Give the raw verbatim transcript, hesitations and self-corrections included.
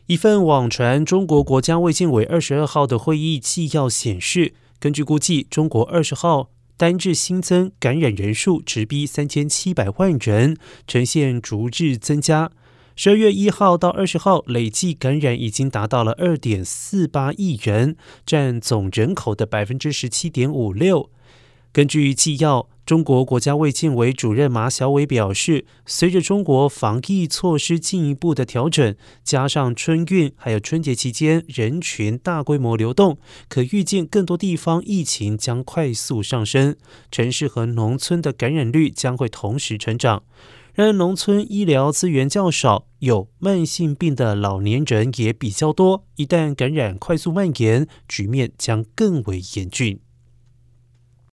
一份网传中国国家卫健委二十二号的会议纪要显示，根据估计，中国二十号单日新增感染人数直逼三千七百万人，呈现逐日增加。十二月一号到二十号，累计感染已经达到了二点四八亿人，占总人口的百分之十七点五六。根据纪要，中国国家卫健委主任马晓伟表示，随着中国防疫措施进一步的调整，加上春运还有春节期间人群大规模流动，可预见更多地方疫情将快速上升，城市和农村的感染率将会同时成长。然而，农村医疗资源较少，有慢性病的老年人也比较多，一旦感染快速蔓延，局面将更为严峻。